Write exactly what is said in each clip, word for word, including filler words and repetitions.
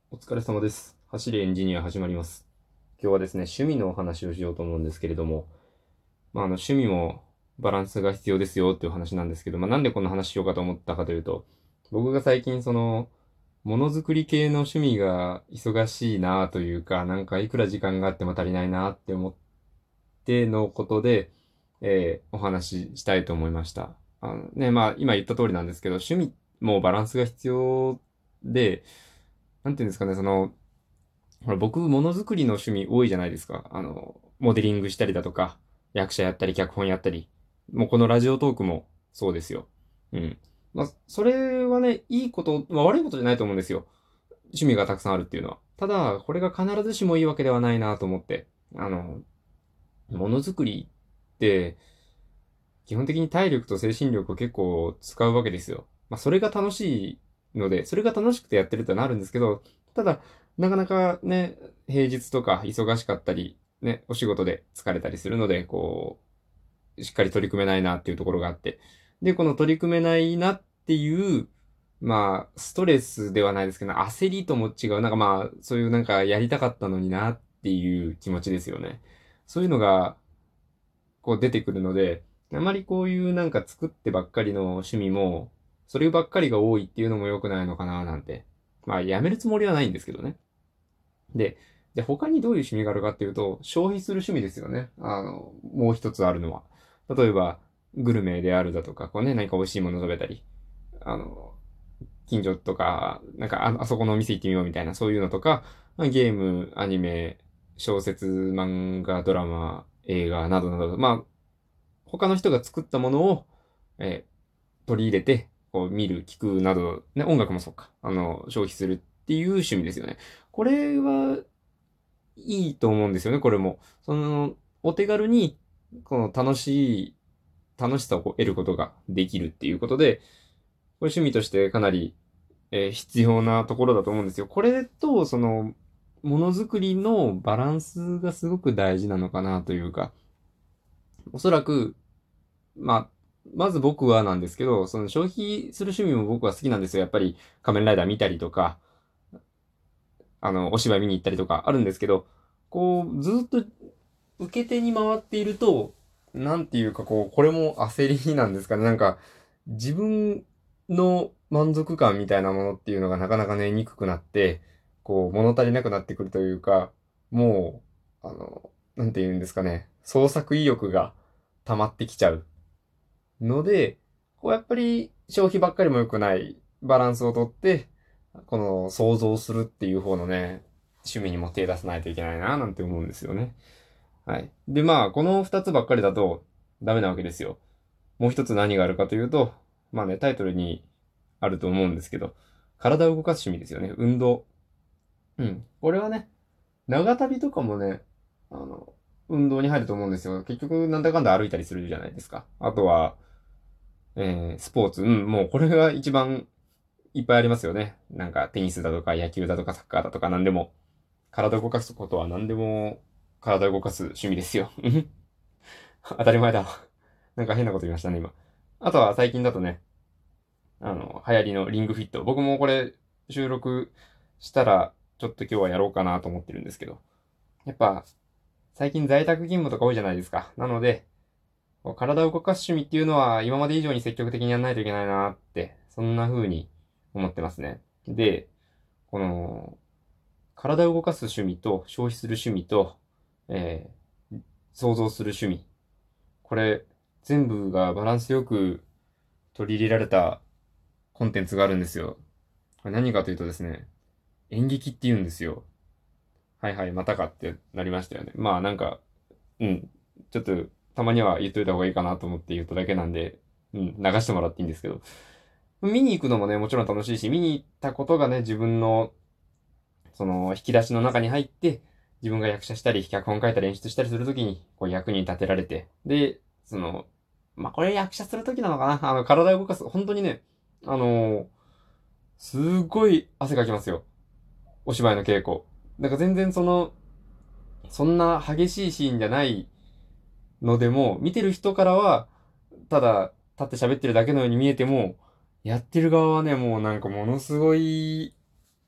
お疲れ様です。走れエンジニア始まります。今日はですね、趣味のお話をしようと思うんですけれども、まあ、あの、趣味もバランスが必要ですよっていう話なんですけど、まあ、なんでこんな話しようかと思ったかというと、僕が最近その、ものづくり系の趣味が忙しいなというか、なんかいくら時間があっても足りないなって思ってのことで、えーお話ししたいと思いました。あのね、まあ、今言った通りなんですけど、趣味もバランスが必要で、なんていうんですかね、その、ほら、僕、ものづくりの趣味多いじゃないですか。あの、モデリングしたりだとか、役者やったり、脚本やったり。もうこのラジオトークもそうですよ。うん。まあ、それはね、いいこと、まあ悪いことじゃないと思うんですよ。趣味がたくさんあるっていうのは。ただ、これが必ずしもいいわけではないなと思って。あの、ものづくりって、基本的に体力と精神力を結構使うわけですよ。まあ、それが楽しいので、それが楽しくてやってるってなるんですけど、ただ、なかなかね、平日とか忙しかったり、ね、お仕事で疲れたりするので、こう、しっかり取り組めないなっていうところがあって。で、この取り組めないなっていう、まあ、ストレスではないですけど、焦りとも違う。なんかまあ、そういうなんかやりたかったのになっていう気持ちですよね。そういうのが、こう出てくるので、あまりこういうなんか作ってばっかりの趣味も、そればっかりが多いっていうのも良くないのかななんて。まあ、やめるつもりはないんですけどね。で、じゃあ他にどういう趣味があるかっていうと、消費する趣味ですよね。あの、もう一つあるのは。例えば、グルメであるだとか、こうね、何か美味しいもの食べたり、あの、近所とか、なんかあ、あそこのお店行ってみようみたいな、そういうのとか、まあゲーム、アニメ、小説、漫画、ドラマ、映画などなど、まあ、他の人が作ったものを、えー取り入れて、こう見る、聞くなど、ね、音楽もそうか、あの、消費するっていう趣味ですよね。これはいいと思うんですよね、これも。その、お手軽に、この楽しい、楽しさをこう得ることができるっていうことで、これ趣味としてかなり、えー必要なところだと思うんですよ。これと、その、ものづくりのバランスがすごく大事なのかなというか、おそらく、まあ、まず僕はなんですけど、その消費する趣味も僕は好きなんですよ。やっぱり仮面ライダー見たりとか、あの、お芝居見に行ったりとかあるんですけど、こう、ずっと受け手に回っていると、なんていうかこう、これも焦りなんですかね。なんか、自分の満足感みたいなものっていうのがなかなかね、にくくなって、こう、物足りなくなってくるというか、もう、あの、なんていうんですかね、創作意欲が溜まってきちゃうので、こうやっぱり消費ばっかりも良くないバランスをとって、この想像するっていう方のね、趣味にも手出さないといけないななんて思うんですよね。はい。で、まあ、この二つばっかりだとダメなわけですよ。もう一つ何があるかというと、まあね、タイトルにあると思うんですけど、体を動かす趣味ですよね。運動。うん。これはね、長旅とかもね、あの、運動に入ると思うんですよ。結局、なんだかんだ歩いたりするじゃないですか。あとは、えー、スポーツ。うん、もうこれが一番いっぱいありますよね。なんかテニスだとか野球だとかサッカーだとか何でも。体を動かすことは何でも体を動かす趣味ですよ。当たり前だわ。なんか変なこと言いましたね、今。あとは最近だとね、あの、流行りのリングフィット。僕もこれ収録したらちょっと今日はやろうかなと思ってるんですけど。やっぱ最近在宅勤務とか多いじゃないですか。なので、体を動かす趣味っていうのは今まで以上に積極的にやらないといけないなって、そんな風に思ってますね。で、この、体を動かす趣味と消費する趣味と、えー、想像する趣味。これ、全部がバランスよく取り入れられたコンテンツがあるんですよ。これ何かというとですね、演劇って言うんですよ。はいはい、またかってなりましたよね。まあなんか、うん。ちょっと、たまには言っといた方がいいかなと思って言っただけなんで、うん、流してもらっていいんですけど。見に行くのもね、もちろん楽しいし、見に行ったことがね、自分の、その、引き出しの中に入って、自分が役者したり、脚本書いたり演出したりするときに、こう役に立てられて、で、その、まあ、これ役者するときなのかなあの、体を動かす。本当にね、あのーすっごい汗かきますよ。お芝居の稽古。なんか全然その、そんな激しいシーンじゃないのでも、見てる人からは、ただ立って喋ってるだけのように見えても、やってる側はね、もうなんかものすごい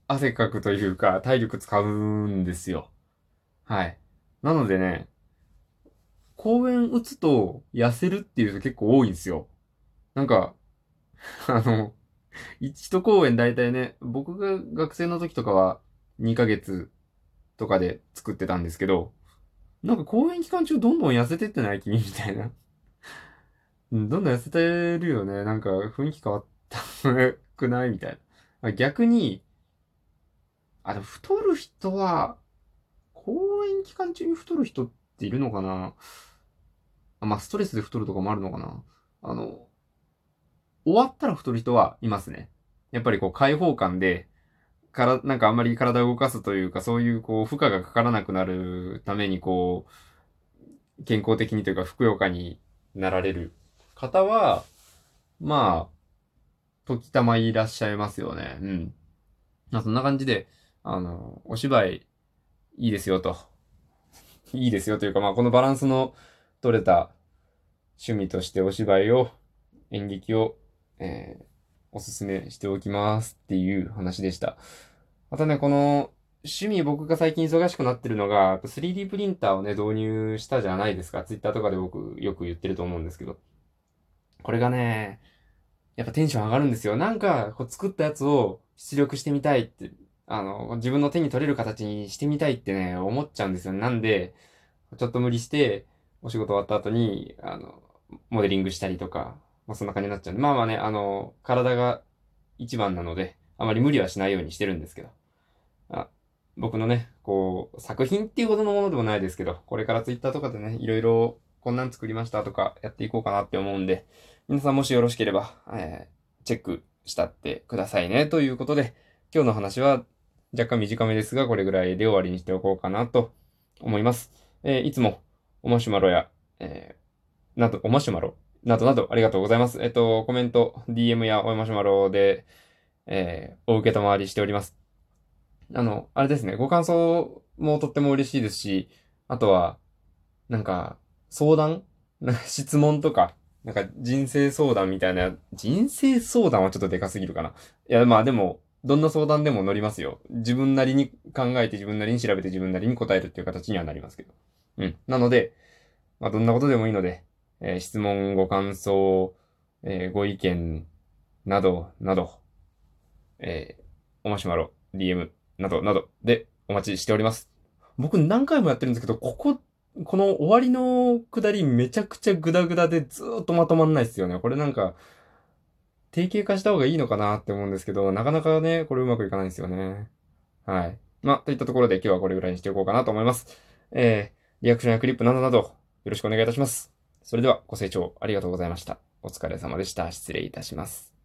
汗かくというか、体力使うんですよ。はい。なのでね、公園打つと痩せるっていう人結構多いんですよ。なんか、あの、一公演だいたいね、僕が学生の時とかはにかげつとかで作ってたんですけど、なんか公演期間中どんどん痩せてってない君みたいな。うん、どんどん痩せてるよね。なんか雰囲気変わったくないみたいな。あ逆に、あ、でも太る人は、公演期間中に太る人っているのかな。あ、まあ、ストレスで太るとかもあるのかな。あの、終わったら太る人はいますね。やっぱりこう開放感で、から、なんかあんまり体を動かすというか、そういうこう負荷がかからなくなるためにこう、健康的にというか、ふくよかになられる方は、まあ、時たまいらっしゃいますよね。うん。まあ、そんな感じで、あの、お芝居いいですよと。いいですよというか、まあ、このバランスの取れた趣味としてお芝居を、演劇を、えーおすすめしておきますっていう話でした。またね、この趣味僕が最近忙しくなってるのが、スリーディー プリンターをね、導入したじゃないですか。ツイッターとかで僕よく言ってると思うんですけど。これがね、やっぱテンション上がるんですよ。なんか、こう作ったやつを出力してみたいって、あの、自分の手に取れる形にしてみたいってね、思っちゃうんですよ。なんで、ちょっと無理して、お仕事終わった後に、あの、モデリングしたりとか、まあそんな感じになっちゃうんで。まあまあね、あの、体が一番なので、あまり無理はしないようにしてるんですけど。あ、僕のね、こう、作品っていうほどのものでもないですけど、これからツイッターとかでね、いろいろこんなん作りましたとかやっていこうかなって思うんで、皆さんもしよろしければ、えー、チェックしたってくださいね。ということで、今日の話は若干短めですが、これぐらいで終わりにしておこうかなと思います。えーいつもおマシュマロや、えーなど、おマシュマロなどなどありがとうございます。えっと、コメント、ディーエム やおマシュマロで、えーお受けたまわりしております。あの、あれですね、ご感想もとっても嬉しいですし、あとは、なんか、相談なんか質問とか、なんか人生相談みたいな、人生相談はちょっとでかすぎるかな。いや、まあでも、どんな相談でも乗りますよ。自分なりに考えて自分なりに調べて自分なりに答えるっていう形にはなりますけど。うん。なので、まあどんなことでもいいので、えー質問、ご感想、えーご意見など、など、えーおマシュマロ、ディーエム などなどでお待ちしております。僕何回もやってるんですけど、ここ、この終わりの下りめちゃくちゃグダグダでずーっとまとまんないですよね。これなんか定型化した方がいいのかなって思うんですけど、なかなかね、これうまくいかないんですよね。はい。まあ、といったところで今日はこれぐらいにしておこうかなと思います。えー、リアクションやクリップなどなどよろしくお願いいたします。それではご清聴ありがとうございました。お疲れ様でした。失礼いたします。